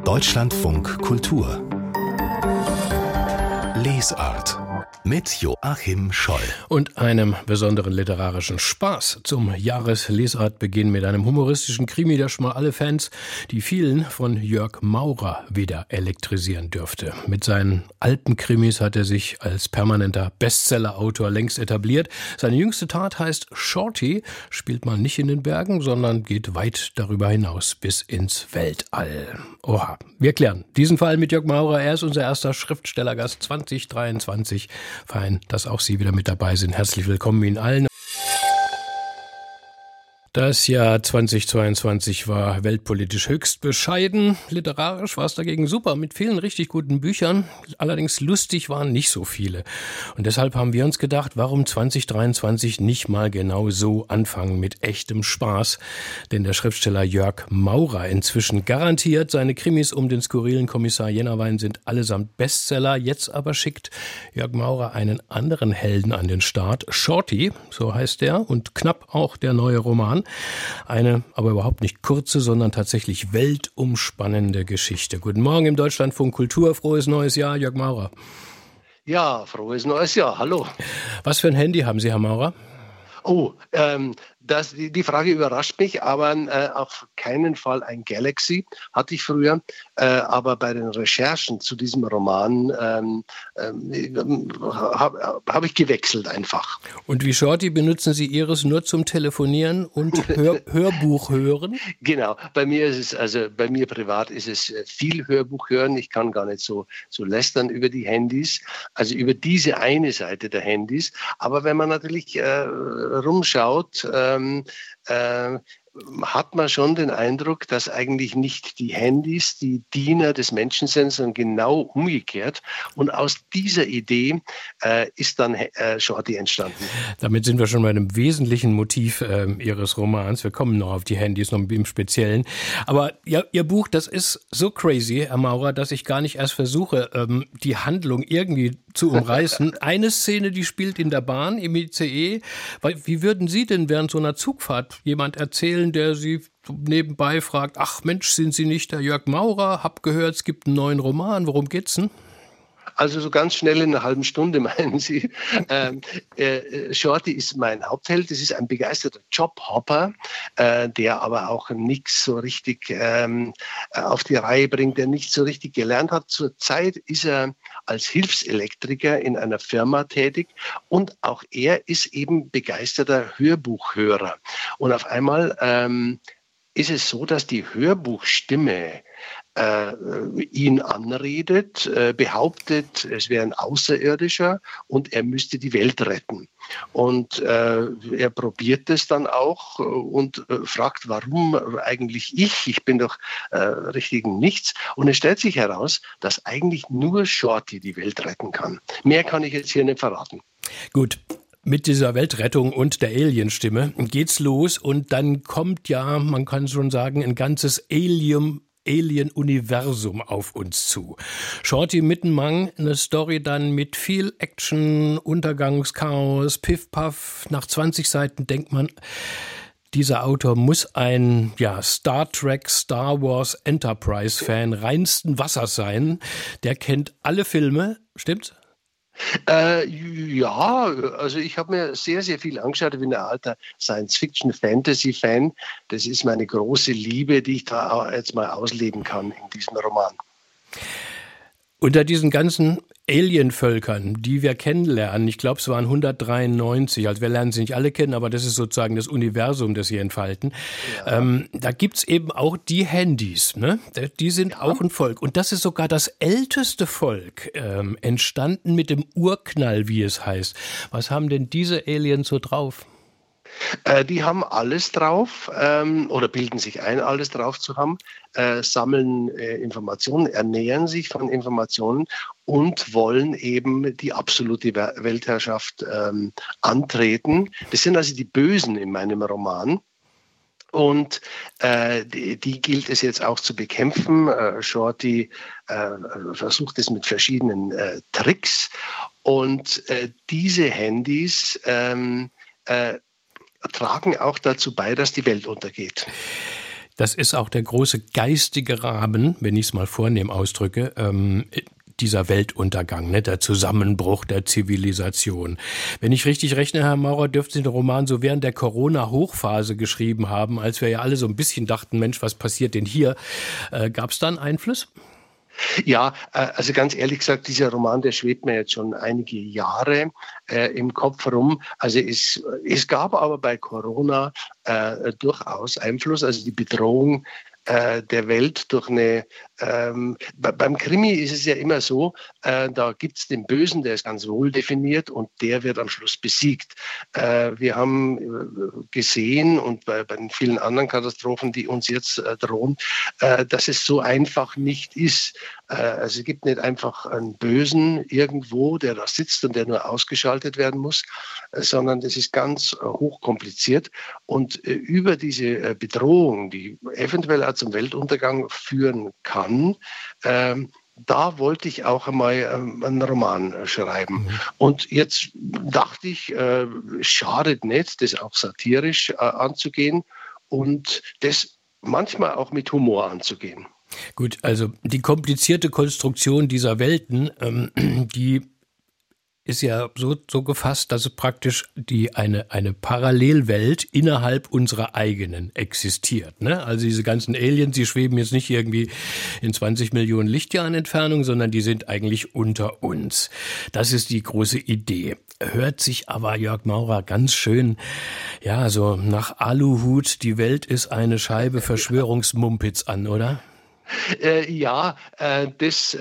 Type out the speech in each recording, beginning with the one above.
Deutschlandfunk Kultur Lesart mit Joachim Scholl. Und einem besonderen literarischen Spaß zum Jahreslesartbeginn mit einem humoristischen Krimi, der schon mal alle Fans, die vielen, von Jörg Maurer wieder elektrisieren dürfte. Mit seinen alten Krimis hat er sich als permanenter Bestseller-Autor längst etabliert. Seine jüngste Tat heißt Shorty, spielt mal nicht in den Bergen, sondern geht weit darüber hinaus bis ins Weltall. Oha, wir klären diesen Fall mit Jörg Maurer. Er ist unser erster Schriftstellergast 2023. Fein, dass auch Sie wieder mit dabei sind. Herzlich willkommen Ihnen allen. Das Jahr 2022 war weltpolitisch höchst bescheiden. Literarisch war es dagegen super, mit vielen richtig guten Büchern. Allerdings lustig waren nicht so viele. Und deshalb haben wir uns gedacht, warum 2023 nicht mal genau so anfangen mit echtem Spaß? Denn der Schriftsteller Jörg Maurer inzwischen garantiert, seine Krimis um den skurrilen Kommissar Jennerwein sind allesamt Bestseller. Jetzt aber schickt Jörg Maurer einen anderen Helden an den Start. Shorty, so heißt er, und knapp auch der neue Roman. Eine aber überhaupt nicht kurze, sondern tatsächlich weltumspannende Geschichte. Guten Morgen im Deutschlandfunk Kultur. Frohes neues Jahr, Jörg Maurer. Ja, frohes neues Jahr. Hallo. Was für ein Handy haben Sie, Herr Maurer? Oh, die Frage überrascht mich, aber auf keinen Fall ein Galaxy hatte ich früher. Aber bei den Recherchen zu diesem Roman habe ich gewechselt einfach. Und wie Shorty benutzen Sie Ihres nur zum Telefonieren und Hörbuch hören? Genau, bei mir privat ist es viel Hörbuch hören. Ich kann gar nicht so lästern über die Handys, also über diese eine Seite der Handys. Aber wenn man natürlich rumschaut, hat man schon den Eindruck, dass eigentlich nicht die Handys die Diener des Menschen sind, sondern genau umgekehrt. Und aus dieser Idee ist dann Shorty entstanden. Damit sind wir schon bei einem wesentlichen Motiv Ihres Romans. Wir kommen noch auf die Handys, noch im Speziellen. Aber ja, Ihr Buch, das ist so crazy, Herr Maurer, dass ich gar nicht erst versuche, die Handlung irgendwie zu umreißen. Eine Szene, die spielt in der Bahn, im ICE. Wie würden Sie denn während so einer Zugfahrt jemand erzählen, der Sie nebenbei fragt, ach Mensch, sind Sie nicht der Jörg Maurer? Hab gehört, es gibt einen neuen Roman. Worum geht's denn? Also so ganz schnell in einer halben Stunde, meinen Sie. Shorty ist mein Hauptheld. Das ist ein begeisterter Jobhopper, der aber auch nichts so richtig auf die Reihe bringt, der nicht so richtig gelernt hat. Zurzeit ist er als Hilfselektriker in einer Firma tätig und auch er ist eben begeisterter Hörbuchhörer. Und auf einmal ist es so, dass die Hörbuchstimme ihn anredet, behauptet, es wäre ein Außerirdischer und er müsste die Welt retten. Und er probiert es dann auch und fragt, warum eigentlich ich? Ich bin doch richtig nichts. Und es stellt sich heraus, dass eigentlich nur Shorty die Welt retten kann. Mehr kann ich jetzt hier nicht verraten. Gut. Mit dieser Weltrettung und der Alienstimme geht's los und dann kommt ja, man kann schon sagen, ein ganzes Alien-Universum auf uns zu. Shorty Mittenmang, eine Story dann mit viel Action, Untergangschaos, Piff-Paff. Nach 20 Seiten denkt man, dieser Autor muss ein Star Trek, Star Wars, Enterprise-Fan reinsten Wassers sein. Der kennt alle Filme, stimmt's? Ja, also ich habe mir sehr, sehr viel angeschaut. Ich bin ein alter Science-Fiction-Fantasy-Fan. Das ist meine große Liebe, die ich da jetzt mal ausleben kann in diesem Roman. Unter diesen ganzen Alien-Völkern, die wir kennenlernen, ich glaube, es waren 193, also wir lernen sie nicht alle kennen, aber das ist sozusagen das Universum, das sie entfalten. Ja. Da gibt's eben auch die Handys, ne? Die sind auch ein Volk. Und das ist sogar das älteste Volk, entstanden mit dem Urknall, wie es heißt. Was haben denn diese Aliens so drauf? Die haben alles drauf oder bilden sich ein, alles drauf zu haben, sammeln Informationen, ernähren sich von Informationen und wollen eben die absolute Weltherrschaft antreten. Das sind also die Bösen in meinem Roman. Und die gilt es jetzt auch zu bekämpfen. Shorty versucht es mit verschiedenen Tricks. Und diese Handys tragen auch dazu bei, dass die Welt untergeht. Das ist auch der große geistige Rahmen, wenn ich es mal vornehm ausdrücke, dieser Weltuntergang, ne, der Zusammenbruch der Zivilisation. Wenn ich richtig rechne, Herr Maurer, dürften Sie den Roman so während der Corona-Hochphase geschrieben haben, als wir ja alle so ein bisschen dachten, Mensch, was passiert denn hier? Gab es da einen Einfluss? Ja, also ganz ehrlich gesagt, dieser Roman, der schwebt mir jetzt schon einige Jahre im Kopf rum. Also es gab aber bei Corona durchaus Einfluss, also die Bedrohung der Welt durch beim Krimi ist es ja immer so, da gibt es den Bösen, der ist ganz wohl definiert und der wird am Schluss besiegt. Wir haben gesehen und bei den vielen anderen Katastrophen, die uns jetzt drohen, dass es so einfach nicht ist. Also es gibt nicht einfach einen Bösen irgendwo, der da sitzt und der nur ausgeschaltet werden muss, sondern das ist ganz hochkompliziert. Und über diese Bedrohung, die eventuell auch zum Weltuntergang führen kann, da wollte ich auch einmal einen Roman schreiben. Und jetzt dachte ich, schadet nicht, das auch satirisch anzugehen und das manchmal auch mit Humor anzugehen. Gut, also die komplizierte Konstruktion dieser Welten, die ist ja so gefasst, dass es praktisch eine Parallelwelt innerhalb unserer eigenen existiert. Ne? Also diese ganzen Aliens, die schweben jetzt nicht irgendwie in 20 Millionen Lichtjahren Entfernung, sondern die sind eigentlich unter uns. Das ist die große Idee. Hört sich aber, Jörg Maurer, ganz schön, ja, so nach Aluhut, die Welt ist eine Scheibe Verschwörungsmumpitz an, oder? Das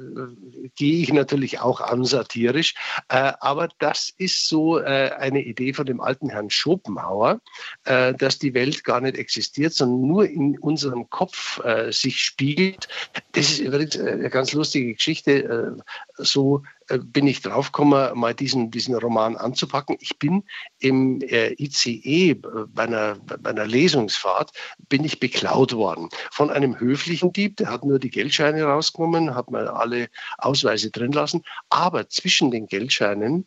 gehe ich natürlich auch an satirisch, aber das ist so eine Idee von dem alten Herrn Schopenhauer, dass die Welt gar nicht existiert, sondern nur in unserem Kopf sich spiegelt. Das ist übrigens eine ganz lustige Geschichte. So bin ich draufgekommen, mal diesen Roman anzupacken. Ich bin im ICE bei einer Lesungsfahrt bin ich beklaut worden von einem höflichen Dieb. Der hat nur die Geldscheine rausgenommen, hat mal alle Ausweise drin lassen. Aber zwischen den Geldscheinen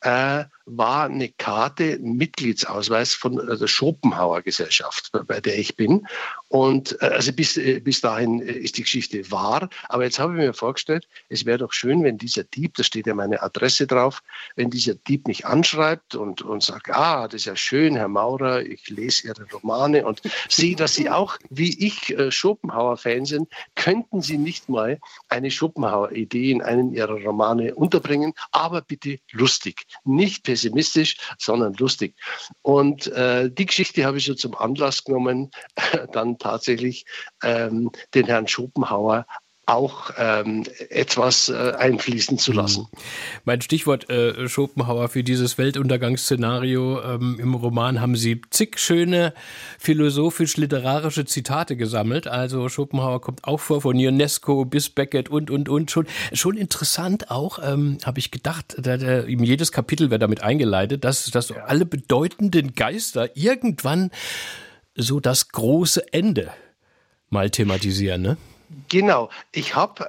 war eine Karte, ein Mitgliedsausweis von der Schopenhauer Gesellschaft, bei der ich bin. Und also bis dahin ist die Geschichte wahr. Aber jetzt habe ich mir vorgestellt, es wäre doch schön, wenn dieser Dieb, da steht ja meine Adresse drauf, wenn dieser Dieb mich anschreibt und sagt, das ist ja schön, Herr Maurer, ich lese Ihre Romane und sehe, dass Sie auch, wie ich, Schopenhauer-Fan sind, könnten Sie nicht mal eine Schopenhauer-Idee in einen Ihrer Romane unterbringen, aber bitte lustig. Nicht pessimistisch, sondern lustig. Und die Geschichte habe ich so zum Anlass genommen, dann tatsächlich den Herrn Schopenhauer auch etwas einfließen zu lassen. Mein Stichwort Schopenhauer für dieses Weltuntergangsszenario. Im Roman haben Sie zig schöne philosophisch-literarische Zitate gesammelt. Also Schopenhauer kommt auch vor, von Ionesco bis Beckett und. Schon interessant auch, habe ich gedacht, jedes Kapitel wird damit eingeleitet, dass alle bedeutenden Geister irgendwann so das große Ende mal thematisieren, ne? Genau. Ich habe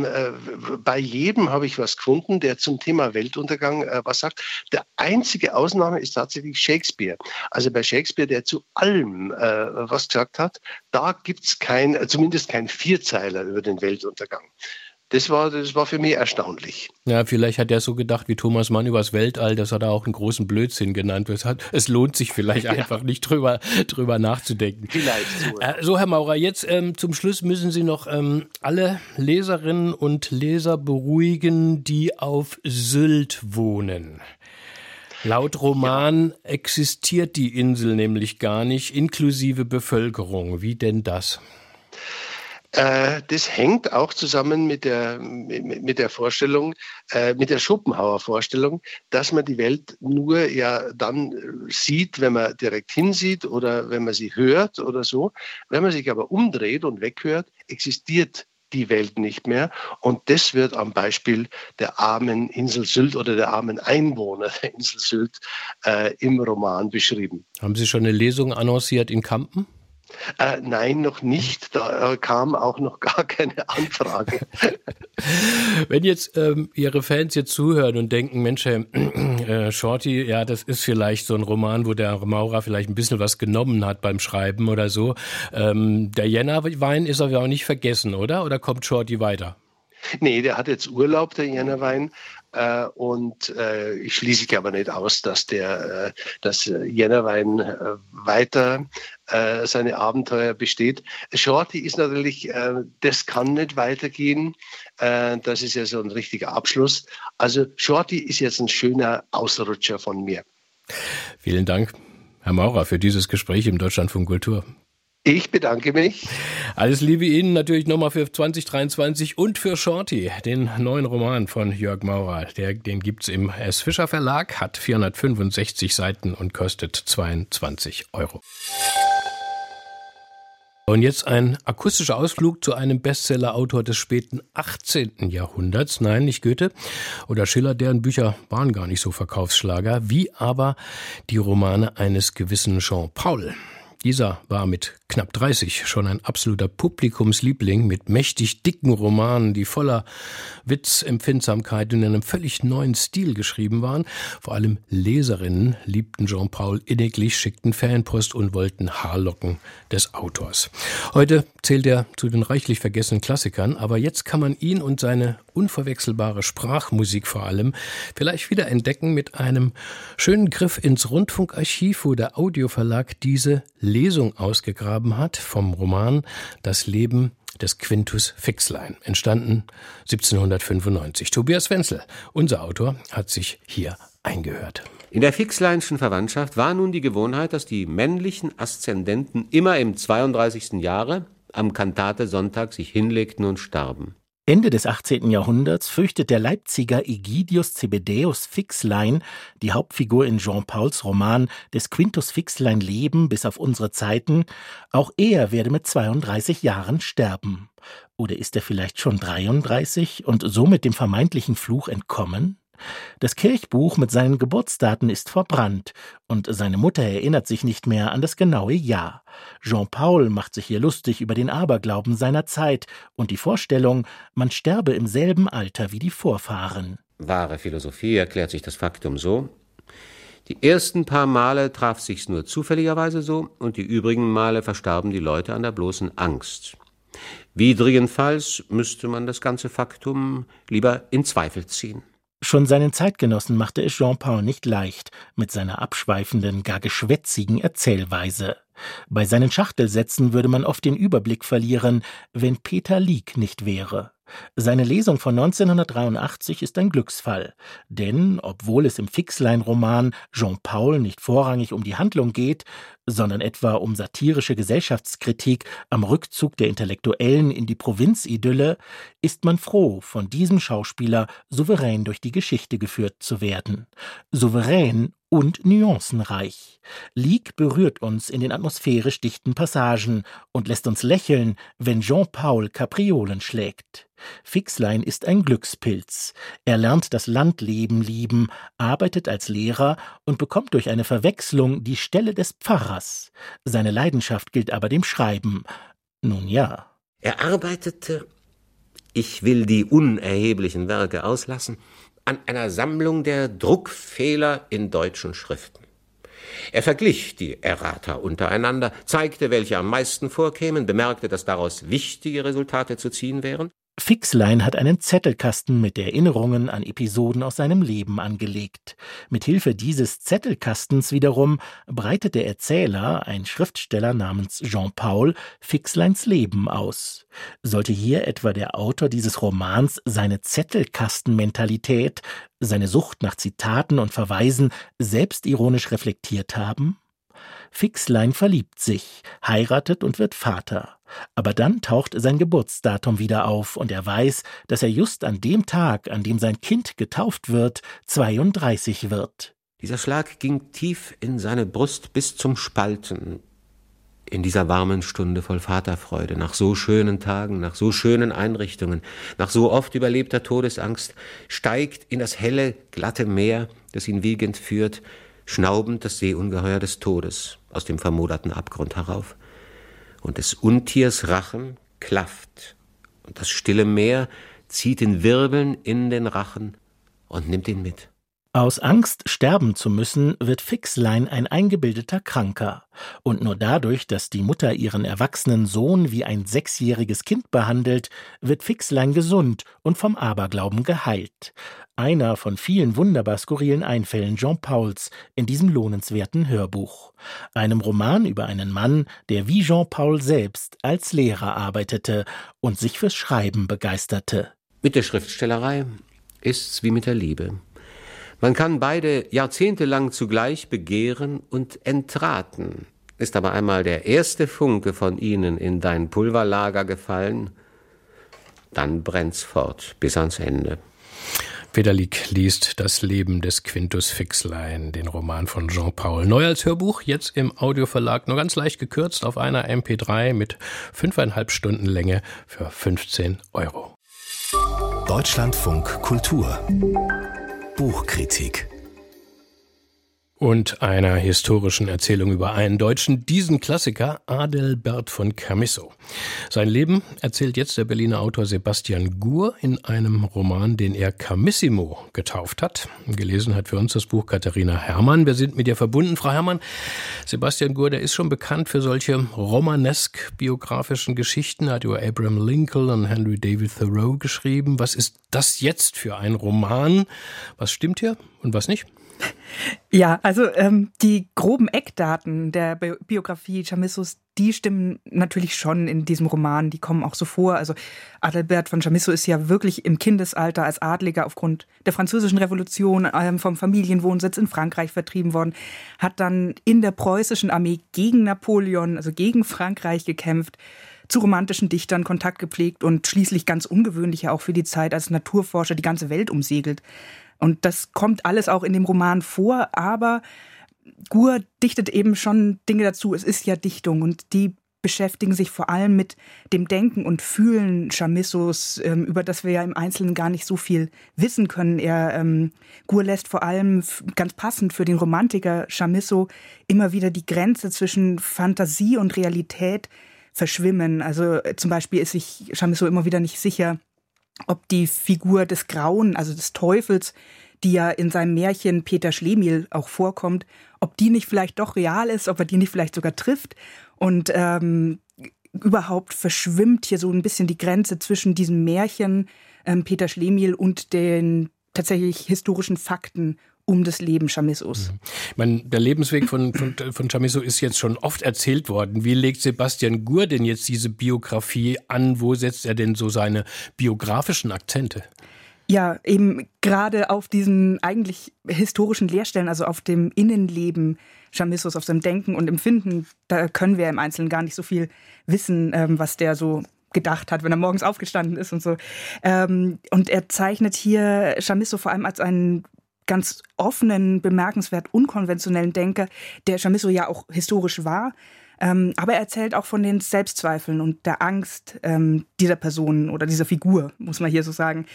bei jedem habe ich was gefunden, der zum Thema Weltuntergang was sagt. Der einzige Ausnahme ist tatsächlich Shakespeare. Also bei Shakespeare, der zu allem was gesagt hat, da gibt's zumindest kein Vierzeiler über den Weltuntergang. Das war für mich erstaunlich. Ja, vielleicht hat er so gedacht wie Thomas Mann übers Weltall, das hat er auch einen großen Blödsinn genannt. Es lohnt sich vielleicht einfach nicht drüber nachzudenken. Vielleicht so. So, Herr Maurer, jetzt zum Schluss müssen Sie noch alle Leserinnen und Leser beruhigen, die auf Sylt wohnen. Laut Roman existiert die Insel nämlich gar nicht, inklusive Bevölkerung. Wie denn das? Das hängt auch zusammen mit der Vorstellung, mit der Schopenhauer Vorstellung, dass man die Welt nur ja dann sieht, wenn man direkt hinsieht oder wenn man sie hört oder so. Wenn man sich aber umdreht und weghört, existiert die Welt nicht mehr. Und das wird am Beispiel der armen Insel Sylt oder der armen Einwohner der Insel Sylt im Roman beschrieben. Haben Sie schon eine Lesung annonciert in Kampen? Nein, noch nicht. Da kam auch noch gar keine Anfrage. Wenn jetzt Ihre Fans jetzt zuhören und denken, Mensch, Herr Shorty, ja, das ist vielleicht so ein Roman, wo der Maurer vielleicht ein bisschen was genommen hat beim Schreiben oder so. Der Jännerwein ist aber auch nicht vergessen, oder? Oder kommt Shorty weiter? Nee, der hat jetzt Urlaub, der Jännerwein. Und ich schließe aber nicht aus, dass Jännerwein weiter seine Abenteuer besteht. Shorty ist natürlich, das kann nicht weitergehen. Das ist ja so ein richtiger Abschluss. Also Shorty ist jetzt ein schöner Ausrutscher von mir. Vielen Dank, Herr Maurer, für dieses Gespräch im Deutschlandfunk Kultur. Ich bedanke mich. Alles Liebe Ihnen natürlich nochmal für 2023 und für Shorty, den neuen Roman von Jörg Maurer. Den gibt's im S. Fischer Verlag, hat 465 Seiten und kostet 22 €. Und jetzt ein akustischer Ausflug zu einem Bestseller-Autor des späten 18. Jahrhunderts. Nein, nicht Goethe oder Schiller, deren Bücher waren gar nicht so Verkaufsschlager, wie aber die Romane eines gewissen Jean Paul. Dieser war mit knapp 30 schon ein absoluter Publikumsliebling mit mächtig dicken Romanen, die voller Witz, Empfindsamkeit und in einem völlig neuen Stil geschrieben waren. Vor allem Leserinnen liebten Jean Paul inniglich, schickten Fanpost und wollten Haarlocken des Autors. Heute zählt er zu den reichlich vergessenen Klassikern, aber jetzt kann man ihn und seine unverwechselbare Sprachmusik vor allem vielleicht wieder entdecken mit einem schönen Griff ins Rundfunkarchiv, wo der Audioverlag diese Lesung ausgegraben hat vom Roman Das Leben des Quintus Fixlein, entstanden 1795. Tobias Wenzel, unser Autor, hat sich hier eingehört. In der Fixleinschen Verwandtschaft war nun die Gewohnheit, dass die männlichen Aszendenten immer im 32. Jahre am Kantate-Sonntag sich hinlegten und starben. Ende des 18. Jahrhunderts fürchtet der Leipziger Egidius Zebedäus Fixlein, die Hauptfigur in Jean Pauls Roman des Quintus Fixlein Leben bis auf unsere Zeiten, auch er werde mit 32 Jahren sterben. Oder ist er vielleicht schon 33 und somit dem vermeintlichen Fluch entkommen? Das Kirchbuch mit seinen Geburtsdaten ist verbrannt und seine Mutter erinnert sich nicht mehr an das genaue Jahr. Jean Paul macht sich hier lustig über den Aberglauben seiner Zeit und die Vorstellung, man sterbe im selben Alter wie die Vorfahren. Wahre Philosophie erklärt sich das Faktum so: Die ersten paar Male traf sich's nur zufälligerweise so und die übrigen Male verstarben die Leute an der bloßen Angst. Widrigenfalls müsste man das ganze Faktum lieber in Zweifel ziehen. Schon seinen Zeitgenossen machte es Jean Paul nicht leicht mit seiner abschweifenden, gar geschwätzigen Erzählweise. Bei seinen Schachtelsätzen würde man oft den Überblick verlieren, wenn Peter Lieck nicht wäre. Seine Lesung von 1983 ist ein Glücksfall, denn obwohl es im Fixlein-Roman Jean Paul nicht vorrangig um die Handlung geht, sondern etwa um satirische Gesellschaftskritik am Rückzug der Intellektuellen in die Provinzidylle, ist man froh, von diesem Schauspieler souverän durch die Geschichte geführt zu werden. Souverän und nuancenreich. Lieck berührt uns in den atmosphärisch dichten Passagen und lässt uns lächeln, wenn Jean Paul Kapriolen schlägt. Fixlein ist ein Glückspilz. Er lernt das Landleben lieben, arbeitet als Lehrer und bekommt durch eine Verwechslung die Stelle des Pfarrers. Seine Leidenschaft gilt aber dem Schreiben. Nun ja. Er arbeitete, ich will die unerheblichen Werke auslassen, an einer Sammlung der Druckfehler in deutschen Schriften. Er verglich die Errata untereinander, zeigte, welche am meisten vorkämen, bemerkte, dass daraus wichtige Resultate zu ziehen wären. Fixlein hat einen Zettelkasten mit Erinnerungen an Episoden aus seinem Leben angelegt. Mit Hilfe dieses Zettelkastens wiederum breitet der Erzähler, ein Schriftsteller namens Jean Paul, Fixleins Leben aus. Sollte hier etwa der Autor dieses Romans seine Zettelkastenmentalität, seine Sucht nach Zitaten und Verweisen selbstironisch reflektiert haben? Fixlein verliebt sich, heiratet und wird Vater. Aber dann taucht sein Geburtsdatum wieder auf und er weiß, dass er just an dem Tag, an dem sein Kind getauft wird, 32 wird. Dieser Schlag ging tief in seine Brust bis zum Spalten. In dieser warmen Stunde voll Vaterfreude, nach so schönen Tagen, nach so schönen Einrichtungen, nach so oft überlebter Todesangst, steigt in das helle, glatte Meer, das ihn wiegend führt, schnaubend das Seeungeheuer des Todes aus dem vermoderten Abgrund herauf. und des Untiers Rachen klafft. Und das stille Meer zieht den Wirbeln in den Rachen und nimmt ihn mit. Aus Angst, sterben zu müssen, wird Fixlein ein eingebildeter Kranker. Und nur dadurch, dass die Mutter ihren erwachsenen Sohn wie ein 6-jähriges Kind behandelt, wird Fixlein gesund und vom Aberglauben geheilt. Einer von vielen wunderbar skurrilen Einfällen Jean Pauls in diesem lohnenswerten Hörbuch. Einem Roman über einen Mann, der wie Jean Paul selbst als Lehrer arbeitete und sich fürs Schreiben begeisterte. Mit der Schriftstellerei ist's wie mit der Liebe. Man kann beide jahrzehntelang zugleich begehren und entraten. Ist aber einmal der erste Funke von ihnen in dein Pulverlager gefallen, dann brennt's fort bis ans Ende. Peter Lik liest Das Leben des Quintus Fixlein, den Roman von Jean Paul. Neu als Hörbuch, jetzt im Audioverlag, nur ganz leicht gekürzt auf einer MP3 mit 5,5 Stunden Länge für 15 €. Deutschlandfunk Kultur Buchkritik Und einer historischen Erzählung über einen Deutschen, diesen Klassiker Adelbert von Chamisso. Sein Leben erzählt jetzt der Berliner Autor Sebastian Gur in einem Roman, den er Chamissimo getauft hat. Gelesen hat für uns das Buch Katharina Herrmann. Wir sind mit ihr verbunden. Frau Herrmann, Sebastian Gur, der ist schon bekannt für solche romanesk-biografischen Geschichten, hat über Abraham Lincoln und Henry David Thoreau geschrieben. Was ist das jetzt für ein Roman? Was stimmt hier und was nicht? Ja, also die groben Eckdaten der Biografie Chamissos, die stimmen natürlich schon in diesem Roman, die kommen auch so vor. Also Adelbert von Chamisso ist ja wirklich im Kindesalter als Adliger aufgrund der Französischen Revolution vom Familienwohnsitz in Frankreich vertrieben worden, hat dann in der preußischen Armee gegen Napoleon, also gegen Frankreich gekämpft, zu romantischen Dichtern Kontakt gepflegt und schließlich ganz ungewöhnlich ja auch für die Zeit als Naturforscher die ganze Welt umsegelt. Und das kommt alles auch in dem Roman vor, aber Gur dichtet eben schon Dinge dazu. Es ist ja Dichtung und die beschäftigen sich vor allem mit dem Denken und Fühlen Chamissos, über das wir ja im Einzelnen gar nicht so viel wissen können. Gur lässt vor allem ganz passend für den Romantiker Chamisso immer wieder die Grenze zwischen Fantasie und Realität verschwimmen. Also zum Beispiel ist sich Chamisso immer wieder nicht sicher, ob die Figur des Grauen, also des Teufels, die ja in seinem Märchen Peter Schlemihl auch vorkommt, ob die nicht vielleicht doch real ist, ob er die nicht vielleicht sogar trifft. Und überhaupt verschwimmt hier so ein bisschen die Grenze zwischen diesem Märchen Peter Schlemihl und den tatsächlich historischen Fakten um das Leben Chamissos. Ich meine, der Lebensweg von Chamisso ist jetzt schon oft erzählt worden. Wie legt Sebastian Gur denn jetzt diese Biografie an? Wo setzt er denn so seine biografischen Akzente? Ja, eben gerade auf diesen eigentlich historischen Leerstellen, also auf dem Innenleben Chamissos, auf seinem Denken und Empfinden, da können wir im Einzelnen gar nicht so viel wissen, was der so gedacht hat, wenn er morgens aufgestanden ist und so. Und er zeichnet hier Chamisso vor allem als einen ganz offenen, bemerkenswert unkonventionellen Denker, der Chamisso ja auch historisch war. Aber er erzählt auch von den Selbstzweifeln und der Angst dieser Person oder dieser Figur, muss man hier so sagen.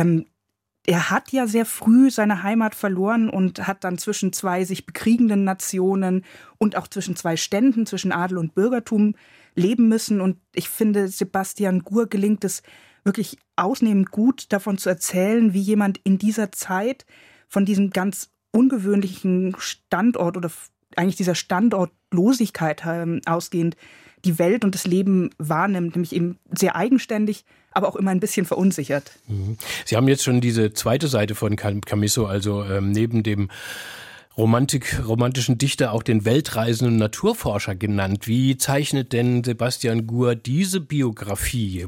Er hat ja sehr früh seine Heimat verloren und hat dann zwischen zwei sich bekriegenden Nationen und auch zwischen zwei Ständen, zwischen Adel und Bürgertum leben müssen. Und ich finde, Sebastian Gur gelingt es wirklich ausnehmend gut, davon zu erzählen, wie jemand in dieser Zeit von diesem ganz ungewöhnlichen Standort oder eigentlich dieser Standortlosigkeit ausgehend die Welt und das Leben wahrnimmt, nämlich eben sehr eigenständig, aber auch immer ein bisschen verunsichert. Sie haben jetzt schon diese zweite Seite von Chamisso, also neben dem romantischen Dichter auch den weltreisenden Naturforscher genannt. Wie zeichnet denn Sebastian Gur diese Biografie?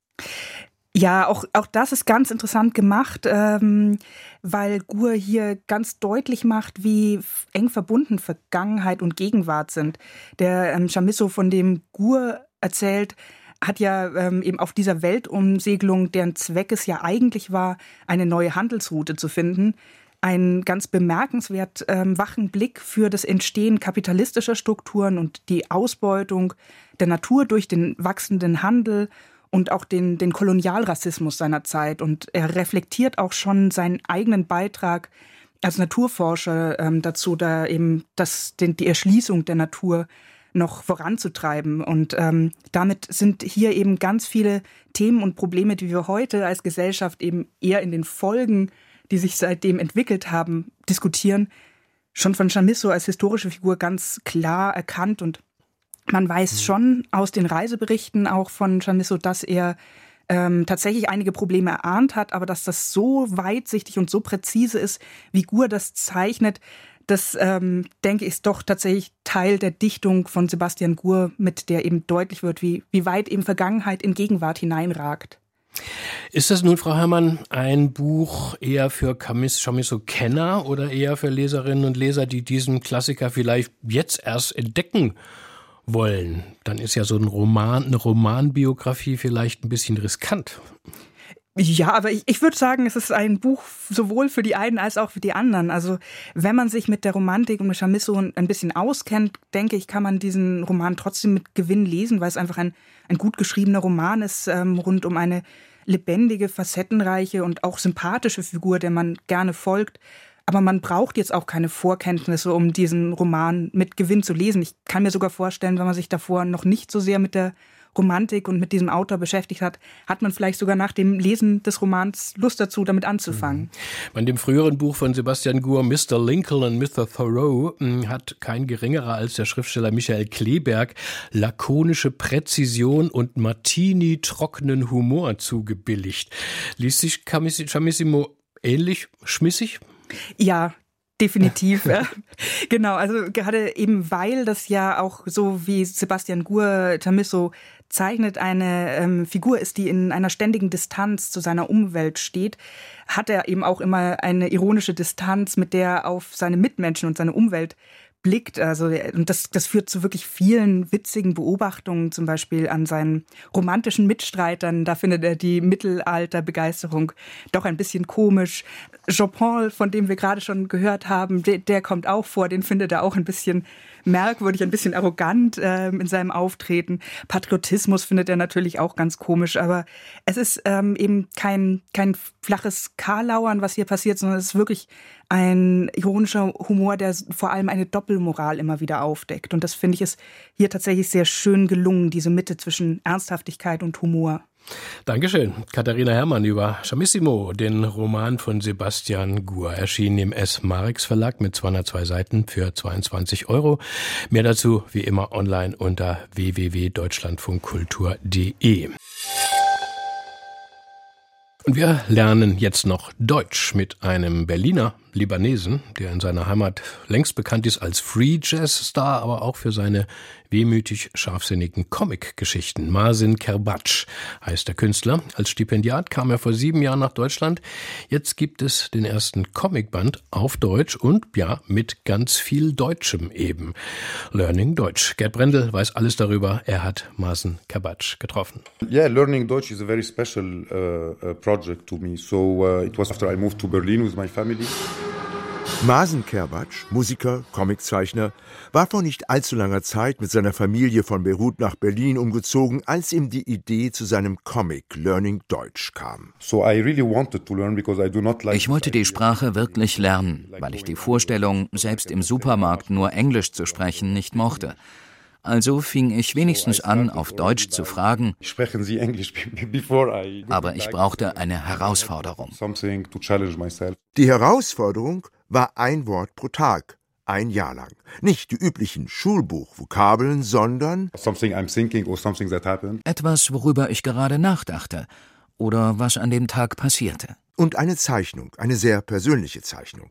Ja, auch das ist ganz interessant gemacht, weil Gur hier ganz deutlich macht, wie eng verbunden Vergangenheit und Gegenwart sind. Der Chamisso, von dem Gur erzählt, hat ja eben auf dieser Weltumsegelung, deren Zweck es ja eigentlich war, eine neue Handelsroute zu finden, einen ganz bemerkenswert wachen Blick für das Entstehen kapitalistischer Strukturen und die Ausbeutung der Natur durch den wachsenden Handel und auch den Kolonialrassismus seiner Zeit. Und er reflektiert auch schon seinen eigenen Beitrag als Naturforscher dazu, da eben die Erschließung der Natur noch voranzutreiben. Und damit sind hier eben ganz viele Themen und Probleme, die wir heute als Gesellschaft eben eher in den Folgen, die sich seitdem entwickelt haben, diskutieren, schon von Chamisso als historische Figur ganz klar erkannt. Und man weiß schon aus den Reiseberichten auch von Chamisso, dass er tatsächlich einige Probleme erahnt hat, aber dass das so weitsichtig und so präzise ist, wie Guhr das zeichnet, das, denke ich, ist doch tatsächlich Teil der Dichtung von Sebastian Guhr, mit der eben deutlich wird, wie weit eben Vergangenheit in Gegenwart hineinragt. Ist das nun, Frau Herrmann, ein Buch eher für Chamisso-Kenner oder eher für Leserinnen und Leser, die diesen Klassiker vielleicht jetzt erst entdecken wollen? Dann ist ja so eine Romanbiografie vielleicht ein bisschen riskant. Ja, aber ich würde sagen, es ist ein Buch sowohl für die einen als auch für die anderen. Also wenn man sich mit der Romantik und mit Chamisso ein bisschen auskennt, denke ich, kann man diesen Roman trotzdem mit Gewinn lesen, weil es einfach ein gut geschriebener Roman ist, rund um eine lebendige, facettenreiche und auch sympathische Figur, der man gerne folgt. Aber man braucht jetzt auch keine Vorkenntnisse, um diesen Roman mit Gewinn zu lesen. Ich kann mir sogar vorstellen, wenn man sich davor noch nicht so sehr mit der Romantik und mit diesem Autor beschäftigt hat, hat man vielleicht sogar nach dem Lesen des Romans Lust dazu, damit anzufangen. Bei dem früheren Buch von Sebastian Guhr, Mr. Lincoln und Mr. Thoreau, hat kein geringerer als der Schriftsteller Michael Kleeberg lakonische Präzision und Martini-trockenen Humor zugebilligt. Liest sich Chamisso ähnlich schmissig? Ja, definitiv. Ja. Genau, also gerade eben, weil das ja auch so wie Sebastian Guhr Chamisso zeichnet, eine Figur ist, die in einer ständigen Distanz zu seiner Umwelt steht, hat er eben auch immer eine ironische Distanz, mit der er auf seine Mitmenschen und seine Umwelt blickt. Also, und das führt zu wirklich vielen witzigen Beobachtungen, zum Beispiel an seinen romantischen Mitstreitern. Da findet er die Mittelalterbegeisterung doch ein bisschen komisch. Jean-Paul, von dem wir gerade schon gehört haben, der kommt auch vor, den findet er auch ein bisschen merkwürdig, ein bisschen arrogant in seinem Auftreten. Patriotismus findet er natürlich auch ganz komisch, aber es ist eben kein flaches Karlauern, was hier passiert, sondern es ist wirklich ein ironischer Humor, der vor allem eine Doppelmoral immer wieder aufdeckt. Und das finde ich ist hier tatsächlich sehr schön gelungen, diese Mitte zwischen Ernsthaftigkeit und Humor. Dankeschön. Katharina Herrmann über Chamissimo, den Roman von Sebastian Guhr, erschienen im S. Marx Verlag mit 202 Seiten für 22 €. Mehr dazu wie immer online unter www.deutschlandfunkkultur.de. Und wir lernen jetzt noch Deutsch mit einem Berliner Libanesen, der in seiner Heimat längst bekannt ist als Free Jazz Star, aber auch für seine wehmütig scharfsinnigen Comic-Geschichten. Masin Kerbatsch heißt der Künstler. Als Stipendiat kam er vor 7 Jahren nach Deutschland. Jetzt gibt es den ersten Comicband auf Deutsch und ja, mit ganz viel Deutschem eben. Learning Deutsch. Gerd Brendel weiß alles darüber. Er hat Masin Kerbatsch getroffen. Yeah, Learning Deutsch is a very special project to me. So it was after I moved to Berlin with my family. Masin Kerbatsch, Musiker, Comiczeichner, war vor nicht allzu langer Zeit mit seiner Familie von Beirut nach Berlin umgezogen, als ihm die Idee zu seinem Comic Learning Deutsch kam. Ich wollte die Sprache wirklich lernen, weil ich die Vorstellung, selbst im Supermarkt nur Englisch zu sprechen, nicht mochte. Also fing ich wenigstens an, auf Deutsch zu fragen, sprechen Sie Englisch, aber ich brauchte eine Herausforderung. Die Herausforderung war ein Wort pro Tag, 1 Jahr lang. Nicht die üblichen Schulbuchvokabeln, sondern etwas, worüber ich gerade nachdachte oder was an dem Tag passierte. Und eine Zeichnung, eine sehr persönliche Zeichnung.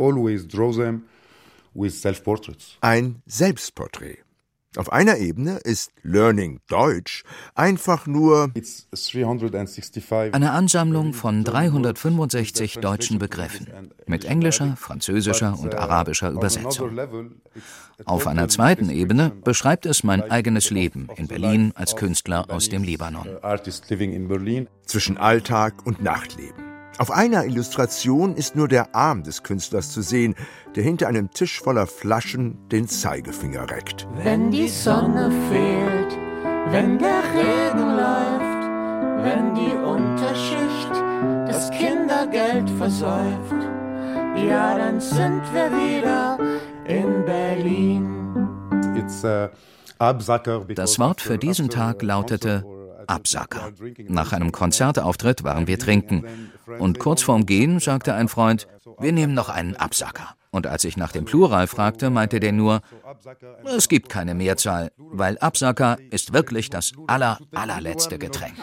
Ein Selbstporträt. Auf einer Ebene ist Learning Deutsch einfach nur eine Ansammlung von 365 deutschen Begriffen mit englischer, französischer und arabischer Übersetzung. Auf einer zweiten Ebene beschreibt es mein eigenes Leben in Berlin als Künstler aus dem Libanon. Zwischen Alltag und Nachtleben. Auf einer Illustration ist nur der Arm des Künstlers zu sehen, der hinter einem Tisch voller Flaschen den Zeigefinger reckt. Wenn die Sonne fehlt, wenn der Regen läuft, wenn die Unterschicht das Kindergeld versäuft, ja, dann sind wir wieder in Berlin. Das Wort für diesen Tag lautete Absacker. Nach einem Konzertauftritt waren wir trinken. Und kurz vorm Gehen sagte ein Freund, wir nehmen noch einen Absacker. Und als ich nach dem Plural fragte, meinte der nur, es gibt keine Mehrzahl, weil Absacker ist wirklich das allerletzte Getränk.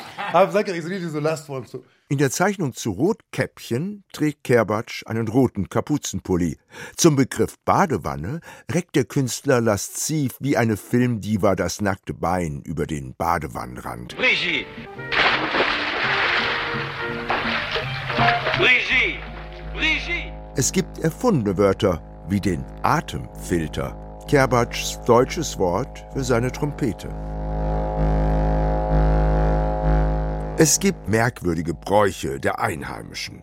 In der Zeichnung zu Rotkäppchen trägt Kerbatsch einen roten Kapuzenpulli. Zum Begriff Badewanne reckt der Künstler lasziv wie eine Filmdiva das nackte Bein über den Badewannenrand. Brigitte! Brigitte! Brigitte! Es gibt erfundene Wörter wie den Atemfilter, Kerbatschs deutsches Wort für seine Trompete. Es gibt merkwürdige Bräuche der Einheimischen.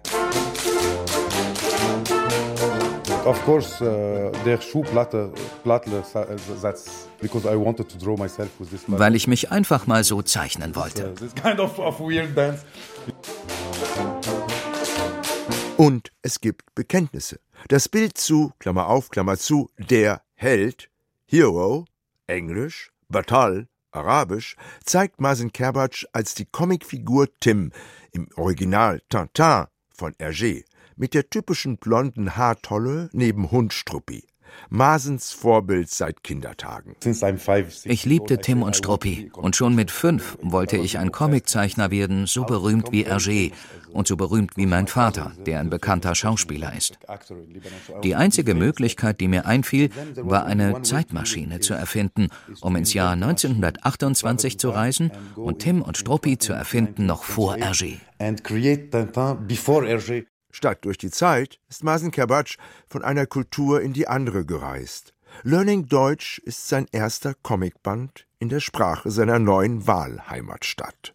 Of course, der Schuhplatte-Satz, because I wanted to draw myself with this. Weil ich mich einfach mal so zeichnen wollte. This kind of weird dance. Und es gibt Bekenntnisse. Das Bild zu, Klammer auf, Klammer zu, der Held, Hero, Englisch, Batal, Arabisch, zeigt Mazen Kerbatsch als die Comicfigur Tim, im Original Tintin von Hergé, mit der typischen blonden Haartolle neben Hund Struppi. Masens Vorbild seit Kindertagen. Ich liebte Tim und Struppi und schon mit 5 wollte ich ein Comiczeichner werden, so berühmt wie Hergé und so berühmt wie mein Vater, der ein bekannter Schauspieler ist. Die einzige Möglichkeit, die mir einfiel, war eine Zeitmaschine zu erfinden, um ins Jahr 1928 zu reisen und Tim und Struppi zu erfinden noch vor Hergé. Statt durch die Zeit ist Mazen Kerbatsch von einer Kultur in die andere gereist. Learning Deutsch ist sein erster Comicband in der Sprache seiner neuen Wahlheimatstadt.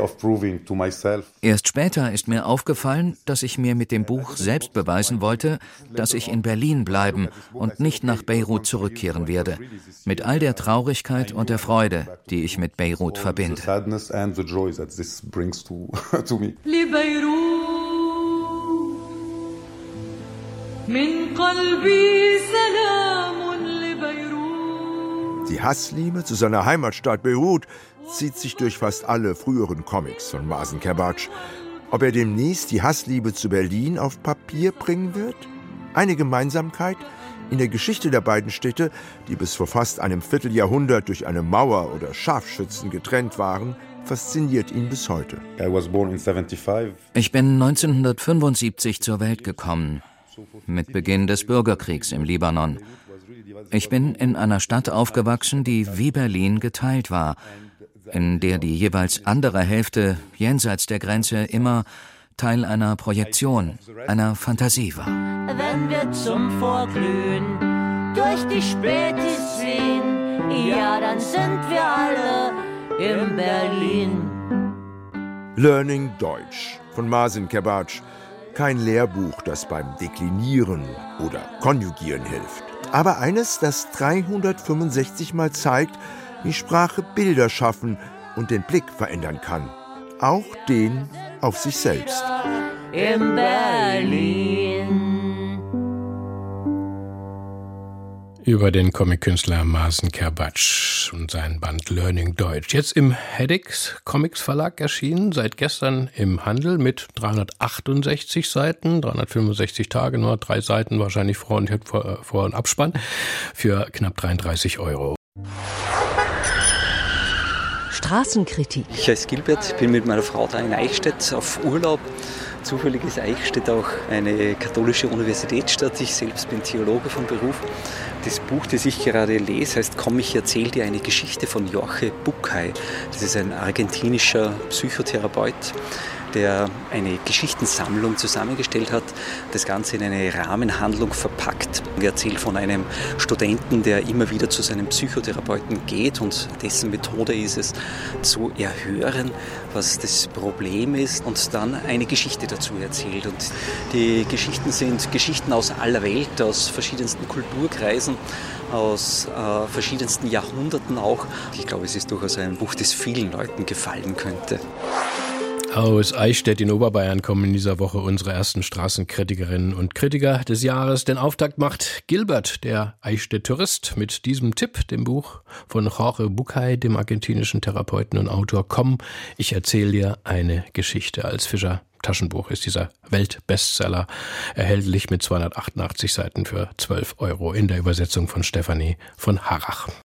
Erst später ist mir aufgefallen, dass ich mir mit dem Buch selbst beweisen wollte, dass ich in Berlin bleiben und nicht nach Beirut zurückkehren werde. Mit all der Traurigkeit und der Freude, die ich mit Beirut verbinde. Die Hassliebe zu seiner Heimatstadt Beirut zieht sich durch fast alle früheren Comics von Mazen Kerbatsch. Ob er demnächst die Hassliebe zu Berlin auf Papier bringen wird? Eine Gemeinsamkeit in der Geschichte der beiden Städte, die bis vor fast einem Vierteljahrhundert durch eine Mauer oder Scharfschützen getrennt waren, fasziniert ihn bis heute. Ich bin 1975 zur Welt gekommen, mit Beginn des Bürgerkriegs im Libanon. Ich bin in einer Stadt aufgewachsen, die wie Berlin geteilt war, in der die jeweils andere Hälfte jenseits der Grenze immer Teil einer Projektion, einer Fantasie war. Wenn wir zum Vorglühen durch die Spätis ziehen, ja, dann sind wir alle in Berlin. Learning Deutsch von Mazen Kerbatsch. Kein Lehrbuch, das beim Deklinieren oder Konjugieren hilft. Aber eines, das 365 Mal zeigt, wie Sprache Bilder schaffen und den Blick verändern kann. Auch den auf sich selbst. In Berlin. Über den Comic-Künstler Mazen Kerbatsch und sein Band Learning Deutsch. Jetzt im Heddix Comics Verlag erschienen, seit gestern im Handel mit 368 Seiten, 365 Tage, nur 3 Seiten, wahrscheinlich Vor- und Abspann, für knapp 33 €. Straßenkritik. Ich heiße Gilbert, bin mit meiner Frau da in Eichstätt auf Urlaub. Zufällig ist Eichstätt auch eine katholische Universitätsstadt. Ich selbst bin Theologe von Beruf. Das Buch, das ich gerade lese, heißt Komm, ich erzähle dir eine Geschichte von Jorge Bucay. Das ist ein argentinischer Psychotherapeut, der eine Geschichtensammlung zusammengestellt hat, das Ganze in eine Rahmenhandlung verpackt. Er erzählt von einem Studenten, der immer wieder zu seinem Psychotherapeuten geht und dessen Methode ist es, zu erhören, was das Problem ist und dann eine Geschichte dazu erzählt. Und die Geschichten sind Geschichten aus aller Welt, aus verschiedensten Kulturkreisen, aus verschiedensten Jahrhunderten auch. Ich glaube, es ist durchaus ein Buch, das vielen Leuten gefallen könnte. Aus Eichstätt in Oberbayern kommen in dieser Woche unsere ersten Straßenkritikerinnen und Kritiker des Jahres. Den Auftakt macht Gilbert, der Eichstätt-Tourist, mit diesem Tipp, dem Buch von Jorge Bucay, dem argentinischen Therapeuten und Autor. Komm, ich erzähle dir eine Geschichte. Als Fischer-Taschenbuch ist dieser Weltbestseller erhältlich mit 288 Seiten für 12 € in der Übersetzung von Stefanie von Harrach.